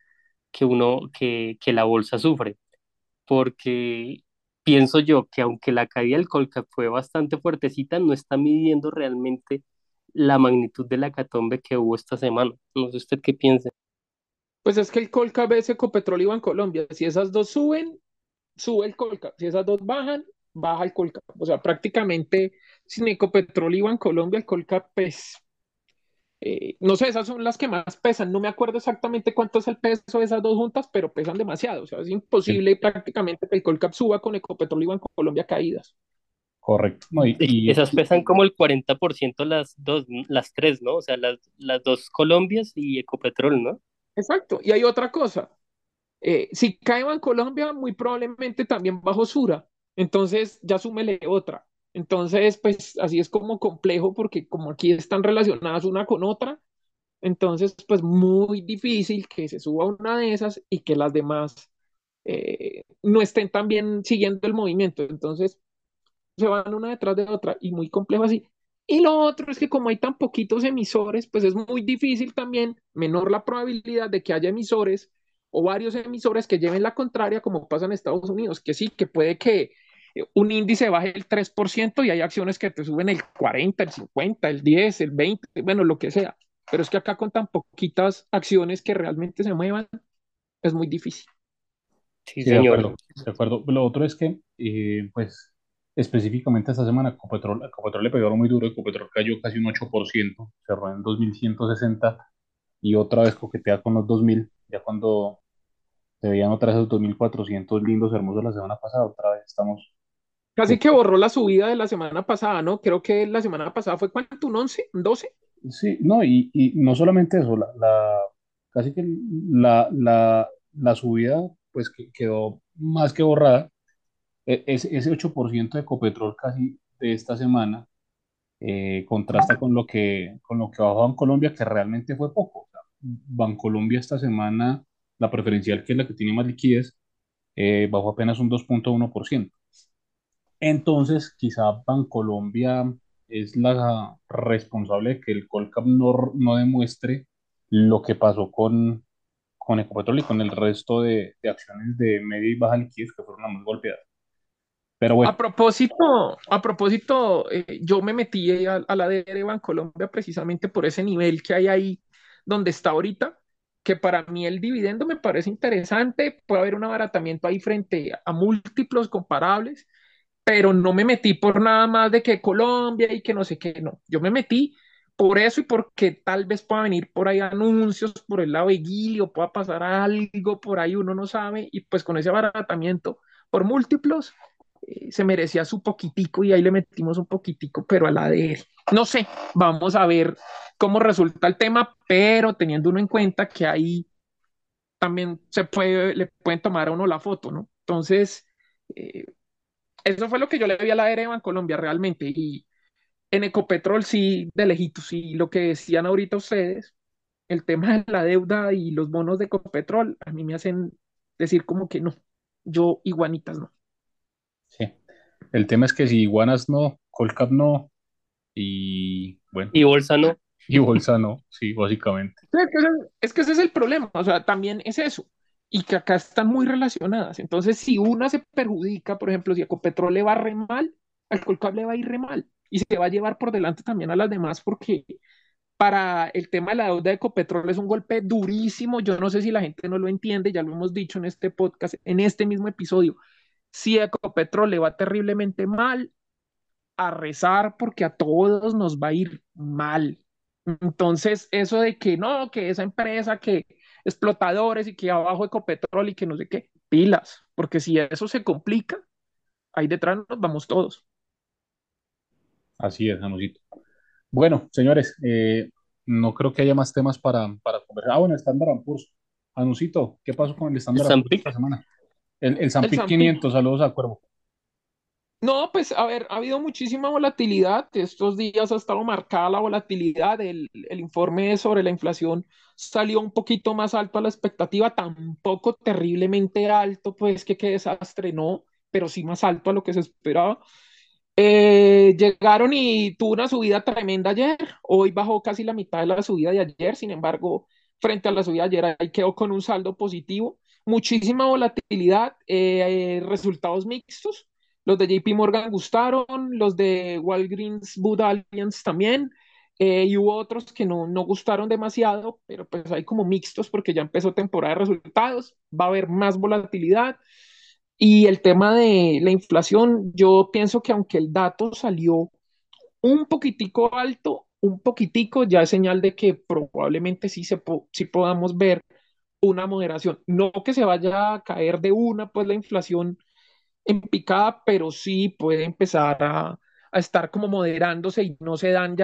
C: que la bolsa sufre, porque pienso yo que aunque la caída del Colcap fue bastante fuertecita, no está midiendo realmente la magnitud de la hecatombe que hubo esta semana. No sé usted qué piensa.
B: Pues es que el Colcap es Ecopetrol y Bancolombia. Si esas dos suben, sube el Colcap. Si esas dos bajan, baja el Colcap. O sea, prácticamente sin Ecopetrol y Bancolombia, el Colcap, pues, no sé, esas son las que más pesan. No me acuerdo exactamente cuánto es el peso de esas dos juntas, pero pesan demasiado. O sea, es
A: sí,
B: imposible prácticamente que el Colcap suba con Ecopetrol y Bancolombia caídas.
A: correcto. No,
C: Esas pesan como el 40% las dos, las tres, ¿no? O sea, las dos Colombias y Ecopetrol, ¿no?
B: Exacto. Y hay otra cosa. Si cae Bancolombia, muy probablemente también bajo Sura. Entonces, ya súmele otra. Entonces, pues así es como complejo porque como aquí están relacionadas una con otra, entonces, pues muy difícil que se suba una de esas y que las demás no estén también siguiendo el movimiento. Entonces, se van una detrás de otra y muy complejo así. Y lo otro es que como hay tan poquitos emisores, pues es muy difícil también, menor la probabilidad de que haya emisores o varios emisores que lleven la contraria, como pasa en Estados Unidos, que sí, que puede que un índice baje el 3% y hay acciones que te suben el 40, el 50, el 10, el 20, bueno, lo que sea. Pero es que acá con tan poquitas acciones que realmente se muevan, es muy difícil.
C: Sí,
A: sí, de
C: señor.
A: acuerdo, de acuerdo. Lo otro es que, pues, específicamente esta semana, Ecopetrol le pegaron muy duro. Ecopetrol cayó casi un 8%, cerró en 2.160 y otra vez coquetea con los 2.000, ya cuando se veían otra vez esos 2.400 lindos, hermosos la semana pasada, otra vez estamos,
B: Casi
A: pues,
B: que borró la subida de la semana pasada, ¿no? Creo que la semana pasada fue ¿cuánto? ¿Un 11? ¿Un 12?
A: sí, no, y no solamente eso, casi que la subida, pues, quedó más que borrada. Ese 8% de Ecopetrol casi de esta semana contrasta con lo que bajó Bancolombia, que realmente fue poco. O sea, Bancolombia esta semana, la preferencial, que es la que tiene más liquidez, bajó apenas un 2.1%. Entonces, quizá Bancolombia es la responsable de que el Colcap no demuestre lo que pasó con Ecopetrol y con el resto de acciones de media y baja liquidez que fueron las más golpeadas. Pero bueno,
B: Yo me metí a la de Bancolombia precisamente por ese nivel que hay ahí donde está ahorita, que para mí el dividendo me parece interesante, puede haber un abaratamiento ahí frente a múltiplos comparables, pero no me metí por nada más de que Colombia y que no sé qué, no, yo me metí por eso y porque tal vez pueda venir por ahí anuncios por el lado de Gilead, pueda pasar algo por ahí, uno no sabe, y pues con ese abaratamiento por múltiplos se merecía su poquitico y ahí le metimos un poquitico, pero a la de él. No sé, vamos a ver cómo resulta el tema, pero teniendo uno en cuenta que ahí también le pueden tomar a uno la foto, ¿no? Entonces, eh, eso fue lo que yo le vi a la ERE en Colombia realmente. Y en Ecopetrol sí, de lejitos, sí, lo que decían ahorita ustedes, el tema de la deuda y los bonos de Ecopetrol, a mí me hacen decir como que no, yo iguanitas no.
A: Sí. El tema es que si Iguanas no, Colcap no, y bueno,
C: Y bolsa no.
A: y Bolsa no, sí, básicamente.
B: Sí, es que ese es el problema, o sea, también es eso, y que acá están muy relacionadas. Entonces, si una se perjudica, por ejemplo, si a Ecopetrol le va re mal, al Colcap le va a ir re mal, y se va a llevar por delante también a las demás, porque para el tema de la deuda de Ecopetrol es un golpe durísimo. Yo no sé si la gente no lo entiende, ya lo hemos dicho en este podcast, en este mismo episodio. Si a Ecopetrol le va terriblemente mal, a rezar porque a todos nos va a ir mal. Entonces, eso de que no, que esa empresa, que explotadores y que abajo Ecopetrol y que no sé qué, pilas, porque si eso se complica, ahí detrás nos vamos todos.
A: Así es, Janosito. Bueno, señores, no creo que haya más temas para conversar. Ah, bueno, Standard Poor's. Janusito, ¿qué pasó con el Standard Poor's esta
C: Zampic.
A: semana? El
B: El
A: Sampic
B: Zampi.
A: 500, saludos a Cuervo.
B: No, pues a ver, ha habido muchísima volatilidad. Estos días ha estado marcada la volatilidad. El informe sobre la inflación salió un poquito más alto a la expectativa, tampoco terriblemente alto, pues que qué desastre, no, pero sí más alto a lo que se esperaba. Llegaron y tuvo una subida tremenda ayer. Hoy bajó casi la mitad de la subida de ayer. Sin embargo, frente a la subida de ayer, ahí quedó con un saldo positivo. Muchísima volatilidad, resultados mixtos. Los de JP Morgan gustaron, los de Walgreens Booth Alliance también. Y hubo otros que no gustaron demasiado, pero pues hay como mixtos porque ya empezó temporada de resultados. Va a haber más volatilidad. Y el tema de la inflación, yo pienso que aunque el dato salió un poquitico alto, un poquitico, ya es señal de que probablemente sí podamos ver una moderación. No que se vaya a caer de una, pues la inflación en picada, pero sí puede empezar a estar como moderándose y no se dan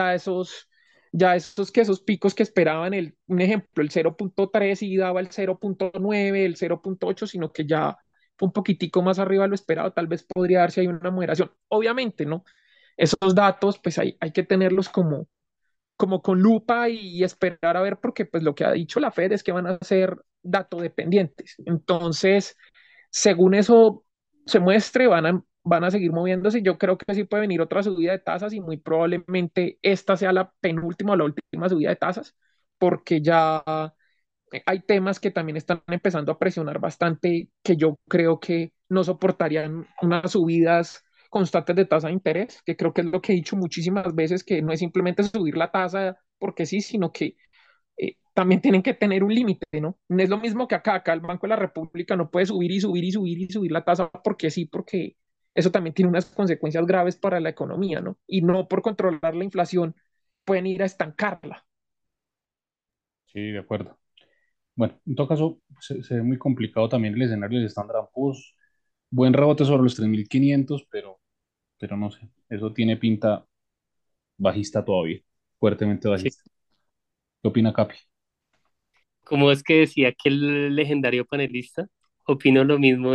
B: esos picos que esperaban, un ejemplo, el 0.3 y daba el 0.9, el 0.8, sino que ya fue un poquitico más arriba de lo esperado, tal vez podría darse ahí una moderación. Obviamente, ¿no? Esos datos, pues hay que tenerlos como con lupa y esperar a ver, porque pues lo que ha dicho la Fed es que van a ser dato dependientes. Entonces, según eso se muestre, van a seguir moviéndose. Yo creo que sí puede venir otra subida de tasas y muy probablemente esta sea la penúltima o la última subida de tasas, porque ya hay temas que también están empezando a presionar bastante, que yo creo que no soportarían unas subidas constantes de tasa de interés, que creo que es lo que he dicho muchísimas veces, que no es simplemente subir la tasa porque sí, sino que también tienen que tener un límite, ¿no? No es lo mismo que acá el Banco de la República no puede subir y subir y subir y subir la tasa porque sí, porque eso también tiene unas consecuencias graves para la economía, ¿no? Y no por controlar la inflación pueden ir a estancarla.
A: Sí, de acuerdo. Bueno, en todo caso, se ve muy complicado también el escenario de Standard Poor's. Buen rebote sobre los 3.500, pero no sé, eso tiene pinta bajista todavía, fuertemente
C: Sí.
A: bajista. ¿Qué opina Capi?
C: Como es que decía aquel legendario panelista, opino lo mismo.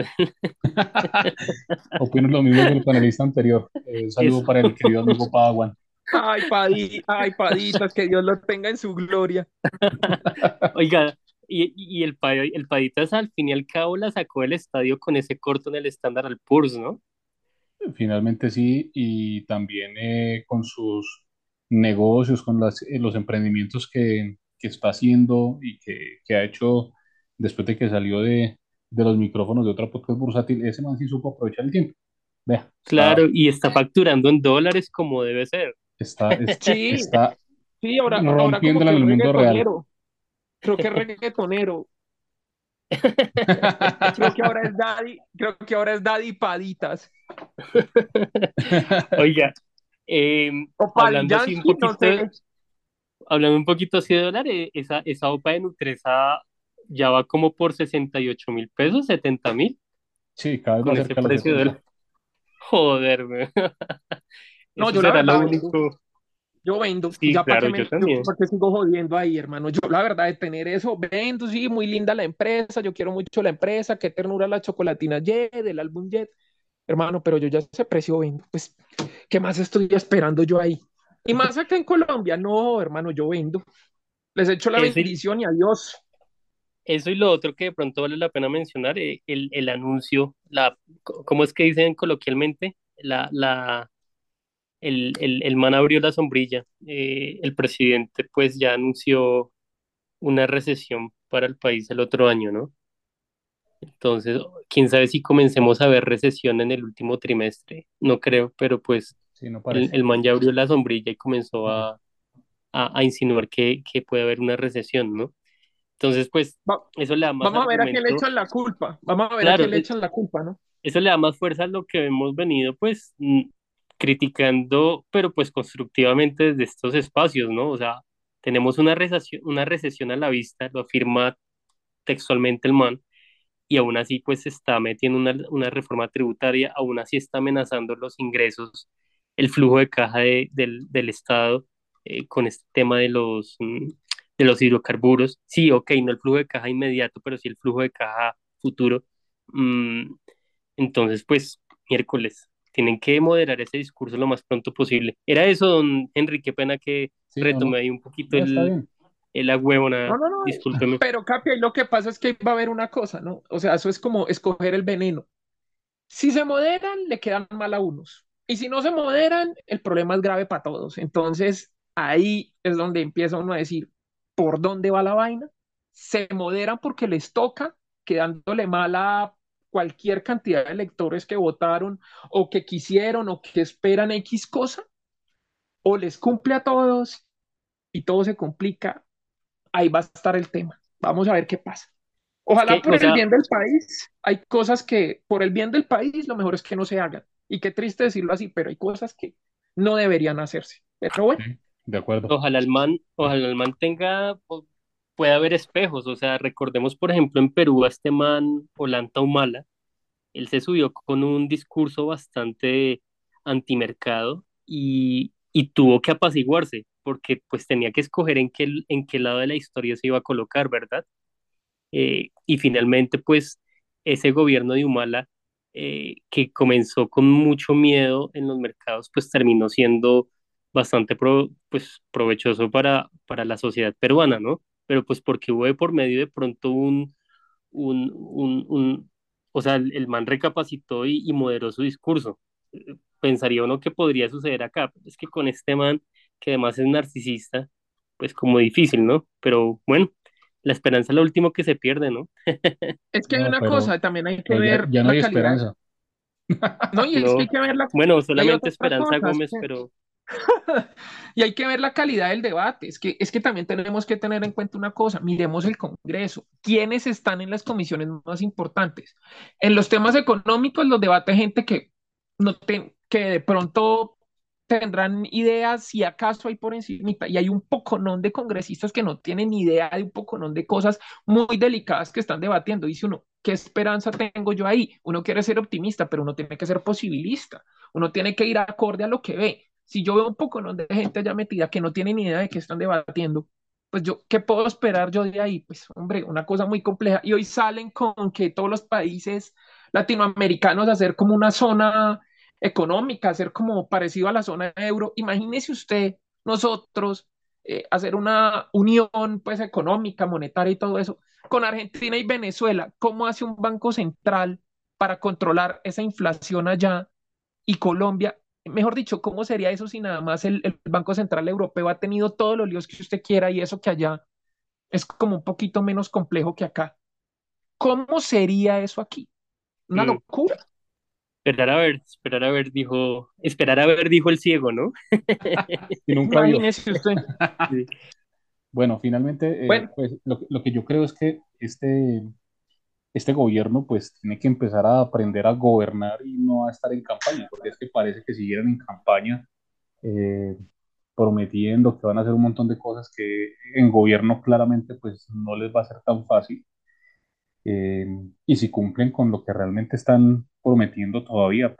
A: Opino lo mismo que el panelista anterior. Un saludo
C: Eso.
A: para el querido amigo Padawan.
B: Ay, Paditas, que Dios lo tenga en su gloria.
C: Oiga, y el Paditas al fin y al cabo la sacó del estadio con ese corto en el Standard Poor's, ¿no?
A: Finalmente sí, y también con sus negocios, con los emprendimientos que está haciendo y que ha hecho después de que salió de los micrófonos de otra podcast bursátil, ese man sí supo aprovechar el tiempo. Vea,
C: Claro, y está facturando en dólares como debe ser.
A: está, es-
B: Sí,
A: está
B: sí, ahora como
A: rompiéndola
B: que
A: en
B: es
A: el mundo real.
B: reggaetonero. Creo que es reggaetonero. Creo que ahora es Daddy Paditas.
C: Oiga,
B: O Paddy
C: hablando así un
B: Yankee, no
C: poquito,
B: sé.
C: hablando un poquito así de dólares, esa OPA de Nutresa ya va como por 68.000 pesos, 70.000,
A: Sí, cada vez va
C: con ese
A: cerca a los
C: precio de
A: 70.
C: dólar. Joder, güey.
B: No,
C: Eso
B: yo la
C: será lo
B: verdad vendo.
C: único.
B: Yo vendo.
C: Sí,
B: Ya para
C: claro,
B: qué
C: yo
B: yo
C: también.
B: para qué sigo jodiendo ahí, hermano. Yo la verdad de tener eso, vendo, sí, muy linda la empresa. Yo quiero mucho la empresa. Qué ternura la chocolatina Jet, el álbum Jet. Hermano, pero yo ya ese precio vendo. Pues, ¿qué más estoy esperando yo ahí? Y más acá en Colombia, no, hermano, yo vendo. Les echo la
C: Ese,
B: bendición y adiós.
C: Eso y lo otro que de pronto vale la pena mencionar, el anuncio, ¿cómo es que dicen coloquialmente? El man abrió la sombrilla. El presidente pues ya anunció una recesión para el país el otro año, ¿no? Entonces, quién sabe si comencemos a ver recesión en el último trimestre. No creo, pero pues
A: Sí, no
C: el,
A: parece.
C: el man ya abrió la sombrilla y comenzó
A: Mm.
C: a insinuar que puede haber una recesión, ¿no? Entonces, pues
B: Va-
C: eso le da más
B: Vamos a ver a quién le
C: argumento.
B: echan la culpa. Vamos a ver a
C: Claro,
B: quién le echan la culpa, ¿no?
C: eso le da más fuerza a lo que hemos venido, pues, criticando, pero pues constructivamente desde estos espacios, ¿no? O sea, tenemos una recesión a la vista, lo afirma textualmente el man, y aún así, pues, se está metiendo una reforma tributaria, aún así está amenazando los ingresos, el flujo de caja del Estado, con este tema de los hidrocarburos. Sí, ok, no el flujo de caja inmediato, pero sí el flujo de caja futuro. Mm, entonces, pues, miércoles, tienen que moderar ese discurso lo más pronto posible. Era eso, don Enrique, qué pena que
A: Sí, no,
C: retomé
A: no,
C: ahí un poquito
A: no, está bien.
C: la
B: No,
C: huevona,
B: no, no.
C: discúlpeme.
B: Pero Capi, ahí lo que pasa es que va a haber una cosa, ¿no? O sea, eso es como escoger el veneno. Si se moderan, le quedan mal a unos. Y si no se moderan, el problema es grave para todos. Entonces, ahí es donde empieza uno a decir, ¿por dónde va la vaina? Se moderan porque les toca, quedándole mal a cualquier cantidad de electores que votaron o que quisieron o que esperan X cosa, o les cumple a todos y todo se complica. Ahí va a estar el tema. Vamos a ver qué pasa.
C: Es
B: Ojalá
C: que, o
B: por el
C: sea,
B: bien del país, hay cosas que por el bien del país lo mejor es que no se hagan. Y qué triste decirlo así, pero hay cosas que no deberían hacerse. Pero bueno,
A: Sí, de acuerdo.
C: ojalá el man pueda haber espejos. O sea, recordemos, por ejemplo, en Perú a este man, Ollanta Humala, él se subió con un discurso bastante antimercado y tuvo que apaciguarse, porque pues tenía que escoger en qué lado de la historia se iba a colocar, ¿verdad? Y finalmente, pues, ese gobierno de Humala, que comenzó con mucho miedo en los mercados, pues terminó siendo bastante pues, provechoso para la sociedad peruana, ¿no? Pero pues porque hubo de por medio de pronto o sea, el man recapacitó y moderó su discurso. Pensaría uno que podría suceder acá, pero es que con este man, que además es narcisista, pues como difícil, ¿no? Pero bueno, la esperanza es lo último que se pierde, ¿no?
B: es que hay
A: No,
B: una cosa, también hay que
A: pero ya,
B: ver
A: ya no
B: la
A: hay
B: calidad.
A: esperanza.
B: No, y es que
C: No,
B: hay que ver la...
C: bueno,
B: Y hay
C: solamente
B: otra
C: Esperanza
B: cosa,
C: Gómez, pero
B: y hay que ver la calidad del debate. Es que también tenemos que tener en cuenta una cosa. Miremos el Congreso. ¿Quiénes están en las comisiones más importantes? En los temas económicos los debate gente que, no que de pronto tendrán ideas si acaso hay por encima. Y hay un poconón de congresistas que no tienen ni idea de un poconón de cosas muy delicadas que están debatiendo. Dice uno, ¿qué esperanza tengo yo ahí? Uno quiere ser optimista, pero uno tiene que ser posibilista. Uno tiene que ir acorde a lo que ve. Si yo veo un poco, ¿no?, de gente allá metida que no tiene ni idea de qué están debatiendo, pues yo, ¿qué puedo esperar yo de ahí? Pues, hombre, una cosa muy compleja. Y hoy salen con que todos los países latinoamericanos hacer como una zona económica, hacer como parecido a la zona euro. Imagínese usted, nosotros, hacer una unión, pues, económica, monetaria y todo eso, con Argentina y Venezuela. ¿Cómo hace un banco central para controlar esa inflación allá? Y Colombia, mejor dicho, ¿cómo sería eso si nada más el Banco Central Europeo ha tenido todos los líos que usted quiera y eso que allá es como un poquito menos complejo que acá? ¿Cómo sería eso aquí? Una
C: mm,
B: locura.
C: esperar a ver, dijo el ciego, ¿no?
A: Y nunca vio.
B: Imagínese usted.
C: Sí.
A: Bueno, finalmente,
B: Bueno,
A: pues lo que yo creo es que este gobierno pues tiene que empezar a aprender a gobernar y no a estar en campaña, porque es que parece que siguieran en campaña eh, prometiendo que van a hacer un montón de cosas que en gobierno claramente pues no les va a ser tan fácil. eh, y si cumplen con lo que realmente están prometiendo todavía,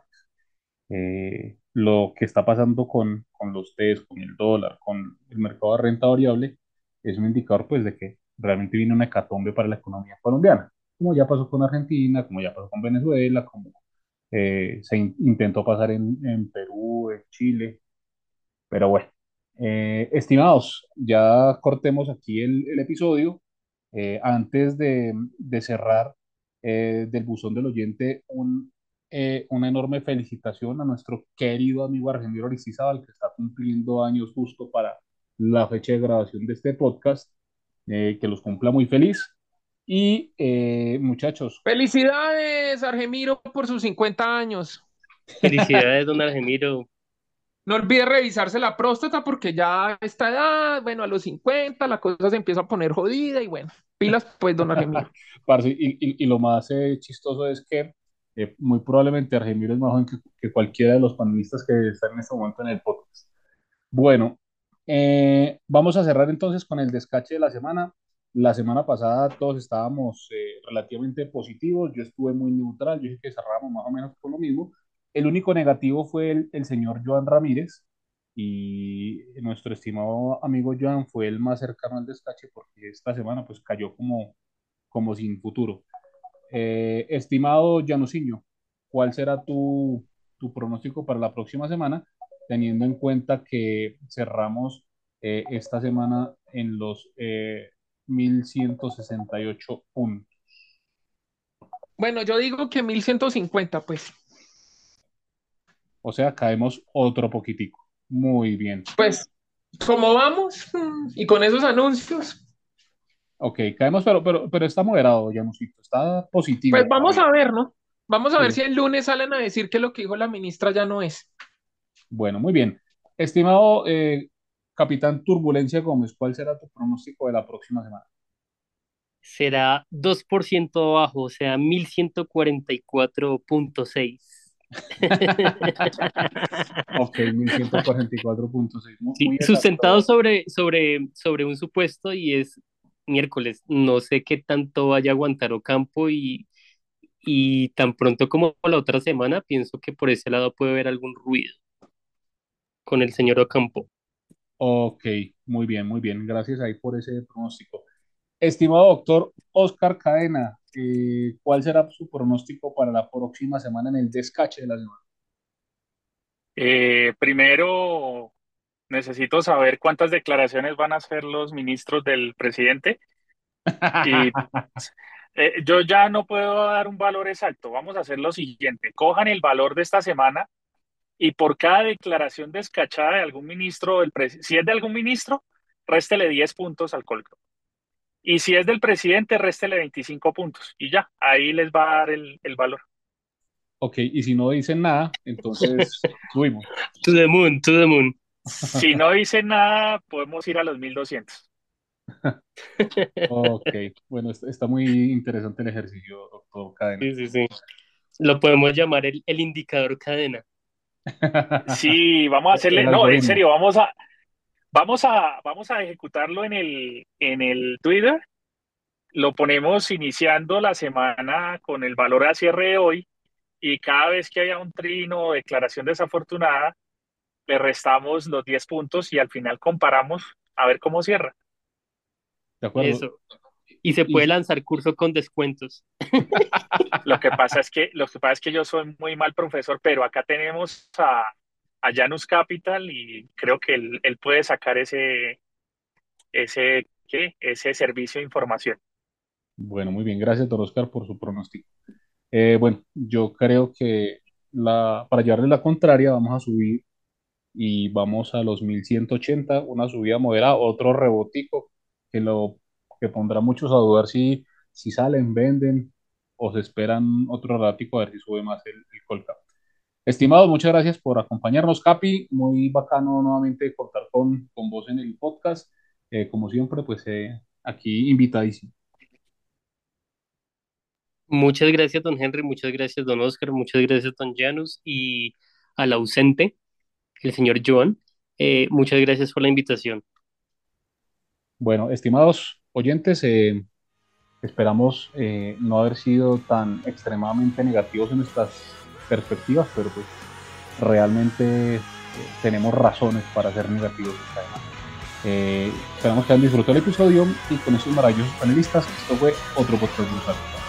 A: lo que está pasando con los TES, con el dólar, con el mercado de renta variable, es un indicador pues de que realmente viene una hecatombe para la economía colombiana, como ya pasó con Argentina, como ya pasó con Venezuela, como intentó pasar en Perú, en Chile, pero bueno. Estimados, ya cortemos aquí el episodio. Antes de cerrar del buzón del oyente, una enorme felicitación a nuestro querido amigo Argemiro Aristizábal, que está cumpliendo años justo para la fecha de grabación de este podcast. Que los cumpla muy feliz. Y muchachos,
B: Felicidades, Argemiro, por sus 50 años.
C: Felicidades, don Argemiro.
B: No olvide revisarse la próstata porque ya a esta edad, bueno, a los 50 la cosa se empieza a poner jodida y bueno, pilas pues, don Argemiro.
A: parce, y lo más chistoso es que muy probablemente Argemiro es más joven que cualquiera de los panelistas que están en este momento en el podcast. Bueno, vamos a cerrar entonces con el descache de la semana. La semana pasada todos estábamos relativamente positivos, yo estuve muy neutral, yo dije que cerrábamos más o menos con lo mismo. El único negativo fue el señor Joan Ramírez, y nuestro estimado amigo Joan fue el más cercano al descache porque esta semana pues cayó como sin futuro. Estimado Janucinho, ¿cuál será tu pronóstico para la próxima semana, teniendo en cuenta que cerramos esta semana en los 1168 puntos?
B: Bueno, yo digo que 1150 pues.
A: O sea, caemos otro poquitico. Muy bien.
B: Pues, ¿cómo vamos? Y con esos anuncios,
A: Ok, caemos, pero está moderado, Janucito. Está
B: pues
A: positivo
B: vamos
A: todavía.
B: a ver, ¿no? Vamos a ver
A: Sí.
B: si el lunes salen a decir que lo que dijo la ministra ya no es.
A: Bueno, muy bien. Estimado Capitán Turbulencia Gómez, ¿cuál será tu pronóstico de la próxima semana?
C: Será 2% abajo, o sea, 1144.6.
A: Ok, 1144.6. Muy,
C: Sí,
A: muy
C: sustentado
A: acertado.
C: sobre un supuesto y es miércoles. No sé qué tanto vaya a aguantar Ocampo y tan pronto como la otra semana, pienso que por ese lado puede haber algún ruido con el señor Ocampo.
A: Ok, muy bien, muy bien. Gracias ahí por ese pronóstico. Estimado doctor Oscar Cadena, ¿cuál será su pronóstico para la próxima semana en el descache de la semana?
D: Primero, necesito saber cuántas declaraciones van a hacer los ministros del presidente y yo ya no puedo dar un valor exacto. Vamos a hacer lo siguiente. Cojan el valor de esta semana y por cada declaración descachada de algún ministro, si es de algún ministro, réstele 10 puntos al Colcro. Y si es del presidente, réstele 25 puntos. Y ya, ahí les va a dar el valor.
A: Ok, y si no dicen nada, entonces subimos.
C: To the moon, to the moon.
D: Si no dice nada, podemos ir a los 1200.
A: Ok, bueno, está muy interesante el ejercicio, doctor Cadena.
C: Sí, sí, sí. Lo podemos llamar el indicador cadena.
D: Sí, vamos a
A: El
D: hacerle, no, en
A: algoritmo.
D: serio, vamos a ejecutarlo en el Twitter. Lo ponemos iniciando la semana con el valor a cierre de hoy y cada vez que haya un trino o declaración desafortunada, le restamos los 10 puntos y al final comparamos a ver cómo cierra.
A: ¿De acuerdo?
C: Eso. Y se puede
A: Y,
C: lanzar curso con descuentos.
D: Lo que pasa es que yo soy muy mal profesor, pero acá tenemos a Janus Capital y creo que él puede sacar ese servicio de información.
A: bueno, muy bien, gracias, don Oscar, por su pronóstico. Bueno, yo creo que para llevarle la contraria, vamos a subir y vamos a los 1180, una subida moderada, otro rebotico que pondrá a muchos a dudar si salen, venden o se esperan otro ratico a ver si sube más el Colcap. Estimados, muchas gracias por acompañarnos, Capi. Muy bacano nuevamente contar con vos en el podcast. Como siempre, pues aquí invitadísimo.
C: Muchas gracias, don Henry, muchas gracias, don Oscar, muchas gracias, don Janus, y al ausente, el señor Joan, muchas gracias por la invitación.
A: Bueno, estimados oyentes, esperamos no haber sido tan extremadamente negativos en nuestras perspectivas, pero pues realmente tenemos razones para ser negativos esta semana. Esperamos que hayan disfrutado el episodio y con estos maravillosos panelistas, esto fue otro podcast brutal.